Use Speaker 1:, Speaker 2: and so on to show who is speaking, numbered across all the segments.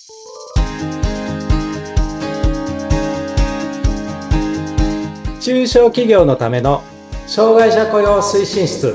Speaker 1: 中小企業のための障害者雇用推進室。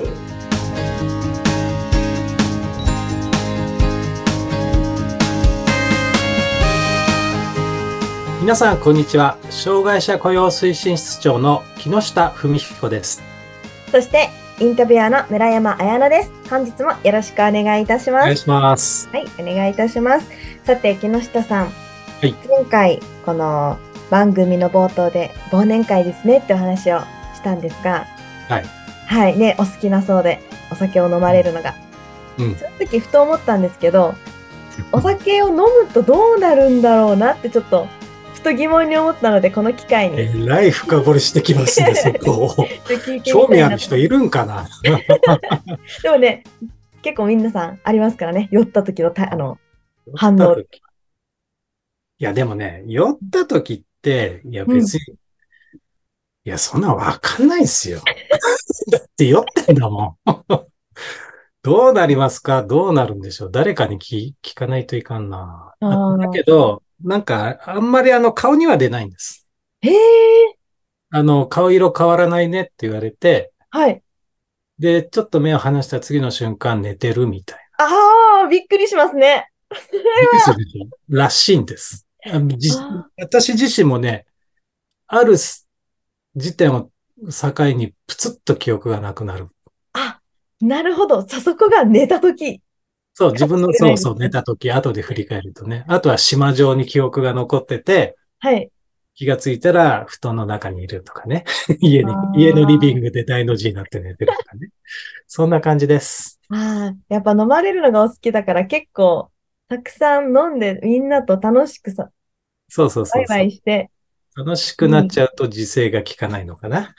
Speaker 1: 皆さんこんにちは。障害者雇用推進室長の木下文彦です。
Speaker 2: そしてインタビュアーの村山彩乃です。本日もよろしくお願いいたします。
Speaker 1: お願いします。
Speaker 2: はい、お願いいたします。さて木下さん、
Speaker 1: はい、
Speaker 2: 前回この番組の冒頭で忘年会ですねってお話をしたんですが、はいね、お好きなそうでお酒を飲まれるのが、その時ふと思ったんですけど、お酒を飲むとどうなるんだろうなってちょっとふと疑問に思ったので、この機会に
Speaker 1: えらい深掘りしてきますね。そこ興味ある人いるんかな。
Speaker 2: でもね、結構皆さんありますからね、酔った時の反応。
Speaker 1: いやでもね、酔った時っていや別に、いやそんなわかんないですよ。だって酔ってんだもん。どうなりますか？どうなるんでしょう？誰かに聞かないといかんな。だけど、なんか、あんまり顔には出ないんです。
Speaker 2: へえ。
Speaker 1: 顔色変わらないねって言われて、
Speaker 2: はい。
Speaker 1: で、ちょっと目を離した次の瞬間寝てるみたいな。
Speaker 2: ああ、びっくりしますね。
Speaker 1: びっくりするでしょ？らしいんです。私自身もね、ある時点を境にプツッと記憶がなくなる。
Speaker 2: あ、なるほど。そこが寝た時
Speaker 1: そう、
Speaker 2: かもし
Speaker 1: 自分の、そうそう、
Speaker 2: れないですね。
Speaker 1: 寝た時、後で振り返るとね。あとは島状に記憶が残ってて、
Speaker 2: はい。
Speaker 1: 気がついたら布団の中にいるとかね。家のリビン
Speaker 2: あ
Speaker 1: グで大の字になって寝てるとかね。そんな感じです。
Speaker 2: あ、やっぱ飲まれるのがお好きだから結構たくさん飲んでみんなと楽しく
Speaker 1: そうそう
Speaker 2: ワイ
Speaker 1: そうそう。
Speaker 2: ワイして。
Speaker 1: 楽しくなっ
Speaker 2: うん。
Speaker 1: ちゃうと自制が効かないのかな。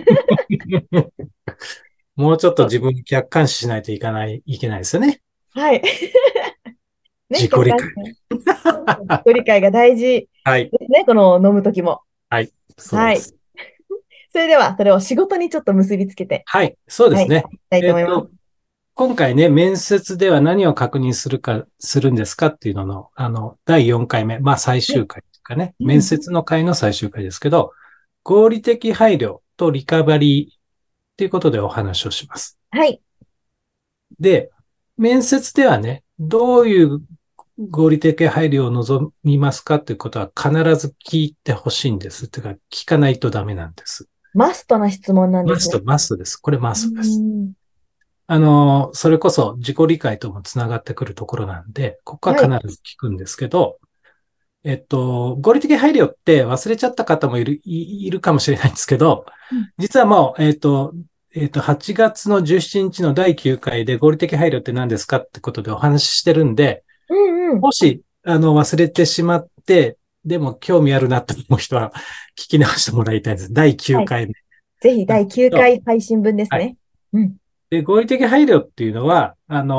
Speaker 1: もうちょっと自分に客観視しないといけないですよね。
Speaker 2: はい。ね、
Speaker 1: 自己理解。
Speaker 2: 客観視。自己理解が大事
Speaker 1: はい。
Speaker 2: ですね、この飲む時も。
Speaker 1: はい。そう
Speaker 2: はい。
Speaker 1: です。
Speaker 2: それでは、それを仕事にちょっと結びつけて、
Speaker 1: はい。そうで
Speaker 2: はい、い
Speaker 1: すね。
Speaker 2: きたいと思います。
Speaker 1: 今回ね、面接では何を確認するんですかっていうのの、第4回目、まあ最
Speaker 2: はい。
Speaker 1: 終回ですかね。
Speaker 2: うん。
Speaker 1: 面接の回の最終回ですけど、合理的配慮とリカバリーっていうことでお話をします。
Speaker 2: はい。
Speaker 1: で、面接ではね、どういう合理的配慮を望みますかっていうことは必ず聞いてほしいんです。というか、聞かないとダメなんです。
Speaker 2: マストな質問なんですね。
Speaker 1: マストです。これマ
Speaker 2: う
Speaker 1: ストです。
Speaker 2: ん。
Speaker 1: それこそ自己理解ともつながってくるところなんで、ここは
Speaker 2: はい。
Speaker 1: 必ず聞くんですけど、合理的配慮って忘れちゃった方もいるかもしれないんですけど、
Speaker 2: うん。
Speaker 1: 実はもう、8月の17日の第9回で合理的配慮って何ですかってことでお話ししてるんで、
Speaker 2: うんうん。
Speaker 1: もし、忘れてしまって、でも興味あるなと思う人は聞き直してもらいたいです。第9
Speaker 2: はい。
Speaker 1: 回目
Speaker 2: ぜひ第9
Speaker 1: なんですけど、
Speaker 2: 回配信分です
Speaker 1: はい。
Speaker 2: ね。うん。
Speaker 1: で、合理的配慮っていうのは、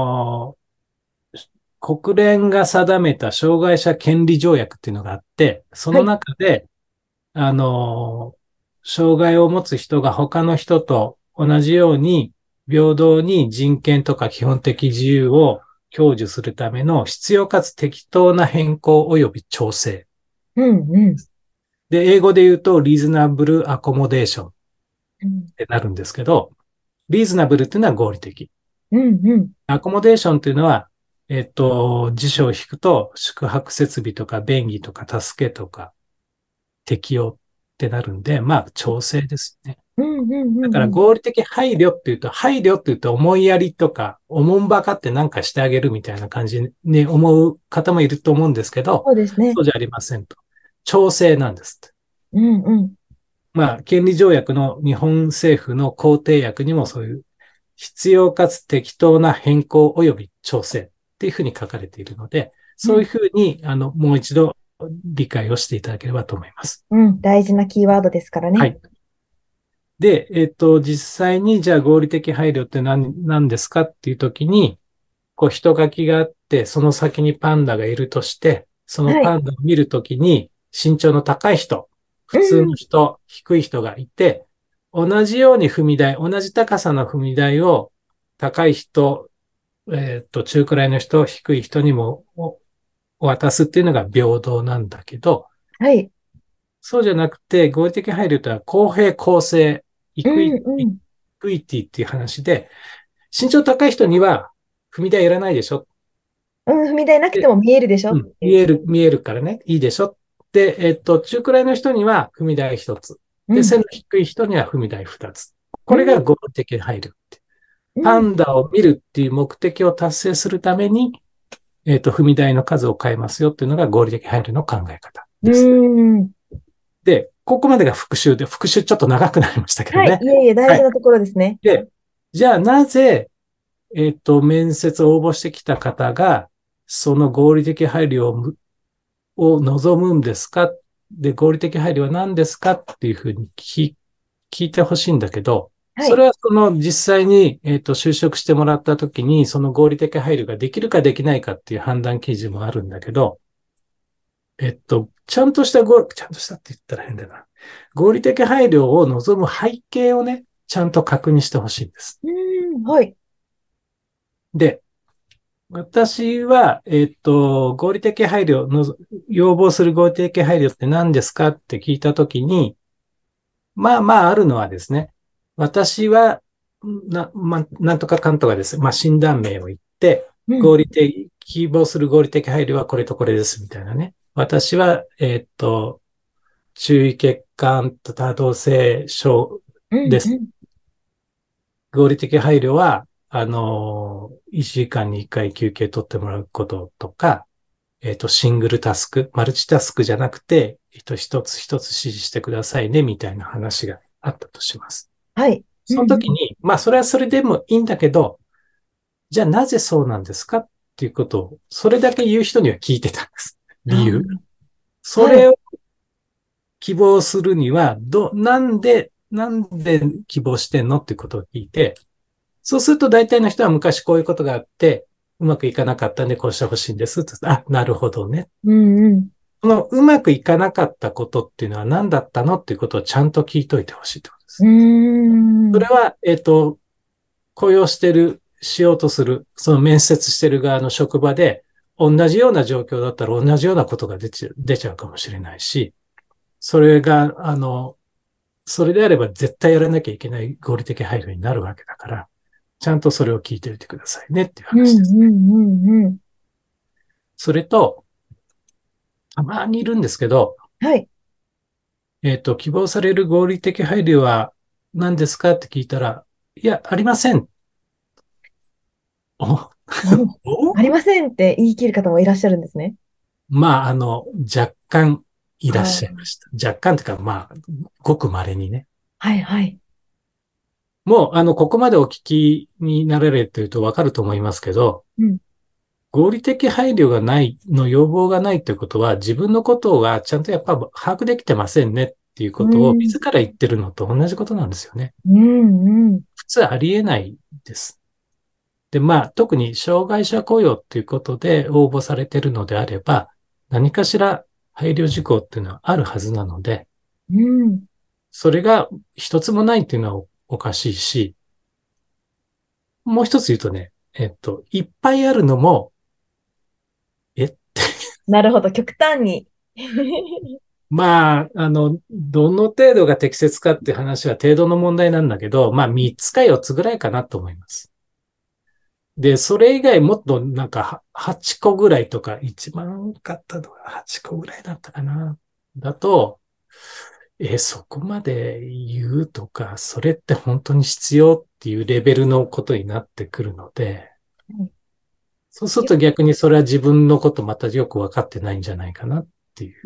Speaker 1: 国連が定めた障害者権利条約っていうのがあって、その
Speaker 2: はい。
Speaker 1: 中で、あの、障害を持つ人が他の人と同じように平等に人権とか基本的自由を享受するための必要かつ適当な変更及び調整。
Speaker 2: うんうん。
Speaker 1: で、英語で言うと reasonable accommodation っ
Speaker 2: うん。
Speaker 1: てなるんですけど、reasonable っていうのは合理的。
Speaker 2: うんうん。
Speaker 1: アコモデーションっていうのは、辞書を引くと宿泊設備とか便宜とか助けとか適用ってなるんで、まあ調整ですね。
Speaker 2: うんうんう
Speaker 1: だから
Speaker 2: んうん。
Speaker 1: 合理的配慮っていうと思いやりとか、おもんばかってなんかしてあげるみたいな感じに思う方もいると思うんですけど、
Speaker 2: そうですね。
Speaker 1: そうじゃありませんと。調整なんです。
Speaker 2: うんうん。
Speaker 1: まあ、権利条約の日本政府の公定訳にもそういう必要かつ適当な変更及び調整っていうふうに書かれているので、そういうふうに、もう一度理解をしていただければと思います。
Speaker 2: うん。大事なキーワードですからね。
Speaker 1: はい。で、実際にじゃあ合理的配慮って何ですかっていうときに、こう人書きがあって、その先にパンダがいるとして、その
Speaker 2: はい。
Speaker 1: パンダを見るときに身長の高い人、普通の
Speaker 2: うん。
Speaker 1: 人、低い人がいて、同じように同じ高さの踏み台を高い人、中くらいの人、低い人にも渡すっていうのが平等なんだけど、
Speaker 2: はい。
Speaker 1: そうじゃなくて、合理的配慮とは公平公正、イクイ、
Speaker 2: うん、う
Speaker 1: イ
Speaker 2: ん。
Speaker 1: クイティっていう話で、身長高い人には踏み台いらないでしょ。
Speaker 2: うん、踏み台なくて
Speaker 1: で、
Speaker 2: も見えるでしょっ
Speaker 1: うん、
Speaker 2: ていう。
Speaker 1: 見えるからね、いいでしょ。で、中くらいの人には踏み台一つ。で、
Speaker 2: うん、
Speaker 1: 背の低い人には踏み台二つ。
Speaker 2: うん、
Speaker 1: これが合理的配慮って。
Speaker 2: うん。
Speaker 1: パンダを見るっていう目的を達成するために、踏み台の数を変えますよっていうのが合理的配慮の考え方
Speaker 2: う
Speaker 1: です。
Speaker 2: ん。
Speaker 1: で、ここまでが復習で、復習ちょっと長くなりましたけど
Speaker 2: はい。
Speaker 1: ね。
Speaker 2: いえいえ、大
Speaker 1: はい。
Speaker 2: 事なところですね。
Speaker 1: で、じゃあなぜ、面接を応募してきた方が、その合理的配慮を望むんですか？で、合理的配慮は何ですかっていうふうに聞いてほしいんだけど、
Speaker 2: はい。
Speaker 1: それはその実際に、就職してもらった時に、その合理的配慮ができるかできないかっていう判断基準もあるんだけど、ちゃんとしたって言ったら変だな。合理的配慮を望む背景をね、ちゃんと確認してほしいんです。
Speaker 2: うん、はい。
Speaker 1: で、私は、合理的配慮の、要望する合理的配慮って何ですかって聞いたときに、まあまああるのはですね、私は、なんとかかんとかです。まあ診断名を言って、
Speaker 2: うん、
Speaker 1: 希望する合理的配慮はこれとこれですみたいなね。私は、注意欠陥と多動性症
Speaker 2: うん、
Speaker 1: です。
Speaker 2: うん。
Speaker 1: 合理的配慮は、1時間に1回休憩取ってもらうこととか、シングルタスク、マルチタスクじゃなくて、一つ一つ指示してくださいね、みたいな話があったとします。
Speaker 2: はい。う
Speaker 1: その
Speaker 2: ん、うん。
Speaker 1: 時に、まあ、それはそれでもいいんだけど、じゃあなぜそうなんですかっていうことを、それだけ言う人には聞いてたんです。理由。
Speaker 2: ああ、はい。
Speaker 1: それを希望するには、なんで希望してんのっていうことを聞いて、そうすると大体の人は昔こういうことがあって、うまくいかなかったんでこうしてほしいんですって。あ、なるほどね。
Speaker 2: うん、うん。
Speaker 1: このうまくいかなかったことっていうのは何だったのっていうことをちゃんと聞いといてほしいってことで
Speaker 2: うー
Speaker 1: す。それ
Speaker 2: ん。
Speaker 1: は、雇用してる、しようとする、その面接してる側の職場で、同じような状況だったら同じようなことが出ちゃうかもしれないし、それが、それであれば絶対やらなきゃいけない合理的配慮になるわけだから、ちゃんとそれを聞いておいてくださいねっていう
Speaker 2: うん、
Speaker 1: 話です。
Speaker 2: うん、うん、うん。
Speaker 1: それと、たまにいるんですけど、
Speaker 2: はい。
Speaker 1: 希望される合理的配慮は何ですかって聞いたら、いや、ありません。お、
Speaker 2: うん。
Speaker 1: お
Speaker 2: ありませんって言い切る方もいらっしゃるんですね。
Speaker 1: まあ、若干いらっ
Speaker 2: ああ、
Speaker 1: しゃいました。若干というか、まあ、ごく稀にね。
Speaker 2: はい、はい。
Speaker 1: もう、ここまでお聞きになられているとわかると思いますけど、
Speaker 2: うん、
Speaker 1: 合理的配慮がないの要望がないということは、自分のことがちゃんとやっぱ把握できてませんねっていう
Speaker 2: う
Speaker 1: ことを
Speaker 2: ん、
Speaker 1: 自ら言ってるのと同じことなんですよね。
Speaker 2: うん、うん。
Speaker 1: 普通ありえないです。で、まあ、特に障害者雇用っていうことで応募されているのであれば、何かしら配慮事項っていうのはあるはずなので、
Speaker 2: うん。
Speaker 1: それが一つもないっていうのはおかしいし、もう一つ言うとね、いっぱいあるのも、え、
Speaker 2: なるほど、極端に。
Speaker 1: まあ、どの程度が適切かっていう話は程度の問題なんだけど、まあ、3つか4つぐらいかなと思います。で、それ以外もっとなんか8個ぐらいとか、一番多かったのは8個ぐらいだったかな。だと、そこまで言うとか、それって本当に必要っていうレベルのことになってくるので、そうすると逆にそれは自分のことまたよくわかってないんじゃないかなっていう。
Speaker 2: うん。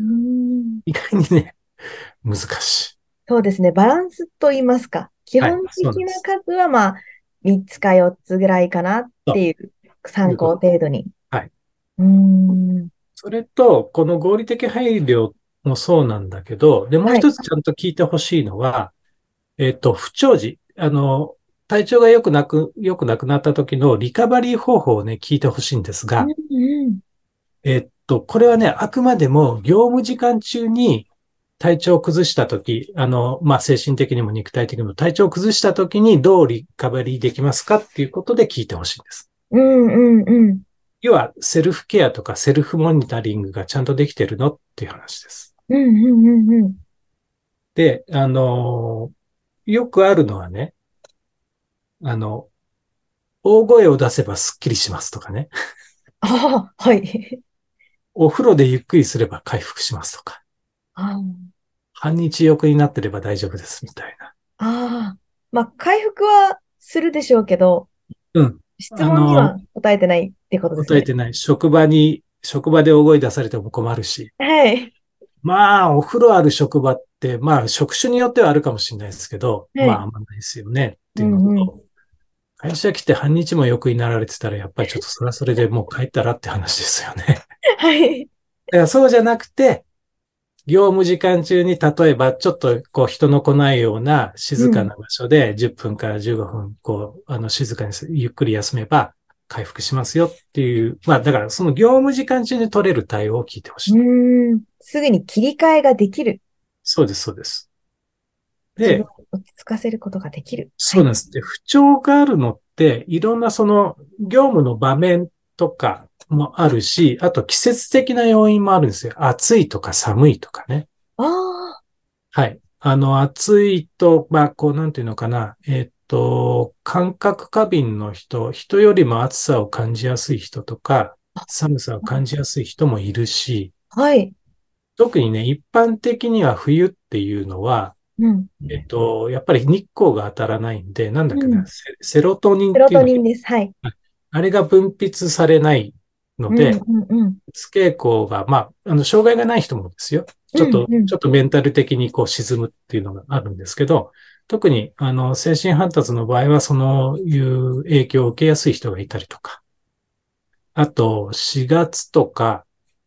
Speaker 1: 意外にね、難しい。
Speaker 2: そうですね。バランスと言いますか。基
Speaker 1: はい、
Speaker 2: 本的な
Speaker 1: そうなんです。
Speaker 2: 数はまあ、3つか4つぐらいかなっ
Speaker 1: そ
Speaker 2: ていう参考
Speaker 1: ういうこと。
Speaker 2: 程度に。
Speaker 1: はい。
Speaker 2: うーん。
Speaker 1: それと、この合理的配慮もそうなんだけど、で、もう
Speaker 2: はい。
Speaker 1: 一つちゃんと聞いてほしいのは、不調時、体調が良くなくなった時のリカバリー方法をね、聞いてほしいんですが、
Speaker 2: うんうん。
Speaker 1: これはね、あくまでも業務時間中に体調を崩した時、まあ、精神的にも肉体的にも体調を崩した時にどうリカバリーできますかっていうことで聞いてほしいんです。
Speaker 2: うんうんうん。
Speaker 1: 要はセルフケアとかセルフモニタリングがちゃんとできてるのっていう話です。
Speaker 2: うんうんうんうん。
Speaker 1: で、よくあるのはね、あの、大声を出せばスッキリしますとかね。
Speaker 2: ああ、はい。
Speaker 1: お風呂でゆっくりすれば回復しますとか。
Speaker 2: あ
Speaker 1: 半日欲になってれば大丈夫ですみたいな。
Speaker 2: あ、まあ、回復はするでしょうけど、
Speaker 1: うん。
Speaker 2: 質問には答えてないってことですね。
Speaker 1: 答えてない。職場で大声出されても困るし。
Speaker 2: はい。
Speaker 1: まあ、お風呂ある職場って、まあ、職種によってはあるかもしれないですけど、まあ、
Speaker 2: はい。
Speaker 1: あんまないですよねっていうの
Speaker 2: うんうん。
Speaker 1: と、会社来て半日も欲になられてたら、やっぱりちょっとそれはそれでもう帰ったらって話ですよね。
Speaker 2: はい。
Speaker 1: だからそうじゃなくて、業務時間中に例えばちょっとこう人の来ないような静か
Speaker 2: うん。
Speaker 1: な場所で10分から15分こう静かにゆっくり休めば回復しますよっていう、まあだからその業務時間中に取れる対応を聞いてほし
Speaker 2: う
Speaker 1: い。
Speaker 2: ーん。すぐに切り替えができる。
Speaker 1: そうです、そうです。
Speaker 2: 自分
Speaker 1: で、
Speaker 2: を落ち着かせることができる。はい。
Speaker 1: そうなんです。で、不調があるのっていろんなその業務の場面とかもあるし、あと季節的な要因もあるんですよ。暑いとか寒いとかね。
Speaker 2: ああ。
Speaker 1: はい。暑いと、まあ、こう、なんていうのかな。感覚過敏の人よりも暑さを感じやすい人とか、寒さを感じやすい人もいるし、
Speaker 2: はい。
Speaker 1: 特にね、一般的には冬っていうのは、
Speaker 2: うん。
Speaker 1: やっぱり日光が当たらないんで、なんだっけな、
Speaker 2: うん。
Speaker 1: セロトニン
Speaker 2: セロ
Speaker 1: っていうの、
Speaker 2: トニンです。はい。
Speaker 1: あれが分泌されないの
Speaker 2: うん、
Speaker 1: で、
Speaker 2: うん、うん。
Speaker 1: うつ傾向が、まあ、障害がない人もですよ。
Speaker 2: うん、うん。
Speaker 1: ちょっとメンタル的にこう沈むっていうのがあるんですけど、特に、精神発達の場合は、そのいう影響を受けやすい人がいたりとか、あと、4月とか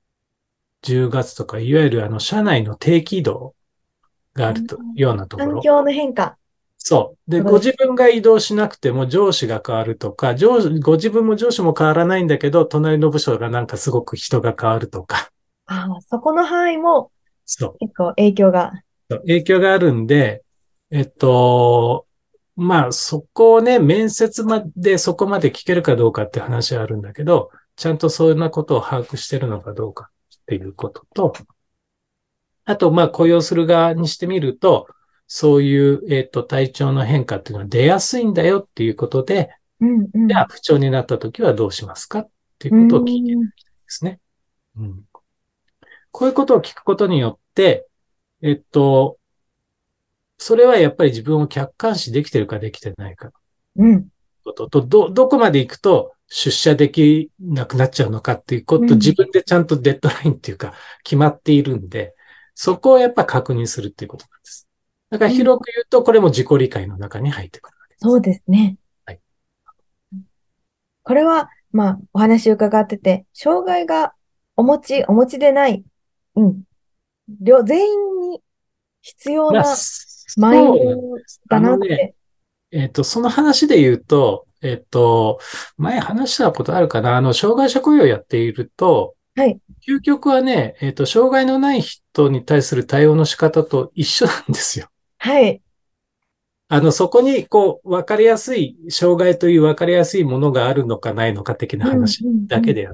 Speaker 1: 10月とか、いわゆる社内の低気動があるとようなところ。
Speaker 2: 環境の変化。
Speaker 1: そう。で、ご自分が移動しなくても上司が変わるとか、ご自分も上司も変わらないんだけど、隣の部署がなんかすごく人が変わるとか、
Speaker 2: ああ、そこの範囲も
Speaker 1: そう。
Speaker 2: 結構影響が。
Speaker 1: 影響があるんで、えっと、まあ、そこをね、面接までそこまで聞けるかどうかって話はあるんだけど、ちゃんとそんなことを把握してるのかどうかっていうことと、あと、まあ、雇用する側にしてみると、そういう、体調の変化っていうのは出やすいんだよっていうことで、
Speaker 2: うん、うん。
Speaker 1: じゃあ、不調になった時はどうしますかっていう
Speaker 2: うー
Speaker 1: ことを聞いていただ
Speaker 2: ん。
Speaker 1: きたいですね。うん。こういうことを聞くことによって、えっと、それはやっぱり自分を客観視できてるかできてないか
Speaker 2: うん。
Speaker 1: ことと、どこまで行くと出社できなくなっちゃうのかっていうこと、自
Speaker 2: うん。
Speaker 1: 分でちゃんとデッドラインっていうか決まっているんで、そこをやっぱ確認するっていうことなんです。だから
Speaker 2: うん。
Speaker 1: 広く言うと、これも自己理解の中に入ってくるわけで
Speaker 2: そう
Speaker 1: す。
Speaker 2: ですね。
Speaker 1: はい。
Speaker 2: これは、まあ、お話伺ってて、障害がお持ちでない、うん、全員に必要
Speaker 1: まあ、
Speaker 2: なマインド
Speaker 1: そうなんです。
Speaker 2: だなって。
Speaker 1: その話で言うと、前話したことあるかな、障害者雇用をやっていると、
Speaker 2: はい。
Speaker 1: 究極はね、障害のない人に対する対応の仕方と一緒なんですよ。
Speaker 2: はい。
Speaker 1: そこに、こう、わかりやすい、障害というわかりやすいものがあるのかないのか的な
Speaker 2: うん、
Speaker 1: 話
Speaker 2: うん、うん。
Speaker 1: だけであって、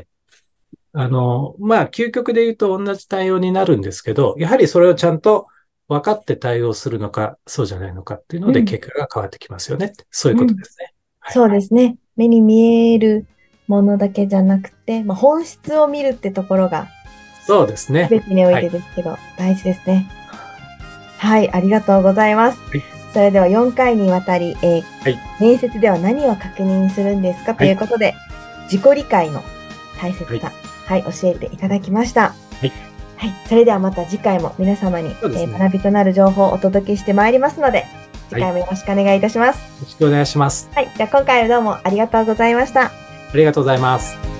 Speaker 1: まあ、究極で言うと同じ対応になるんですけど、やはりそれをちゃんと分かって対応するのか、そうじゃないのかっていうので、
Speaker 2: うん、
Speaker 1: 結果が変わってきますよね。そういう
Speaker 2: うん。
Speaker 1: ことですね。はい。
Speaker 2: そうですね。目に見えるものだけじゃなくて、まあ、本質を見るってところが、
Speaker 1: そうですね。
Speaker 2: 全てにおい
Speaker 1: はい。
Speaker 2: てですけど、大事ですね。はい、ありがとうございます。
Speaker 1: はい。
Speaker 2: それでは4回にわたり、
Speaker 1: はい。
Speaker 2: 面接では何を確認するんですかと
Speaker 1: はい。
Speaker 2: いうことで、自己理解の大切
Speaker 1: はい。
Speaker 2: さ、はい、教えていただきました。
Speaker 1: はい。
Speaker 2: はい、それではまた次回も皆様に、
Speaker 1: そうですね。
Speaker 2: 学びとなる情報をお届けしてまいりますので、次
Speaker 1: はい。よ
Speaker 2: 回もよろしくお願いいたします。
Speaker 1: ろしくお願いします。
Speaker 2: はい、じゃあ今回はどうもありがとうございました。
Speaker 1: ありがとうございます。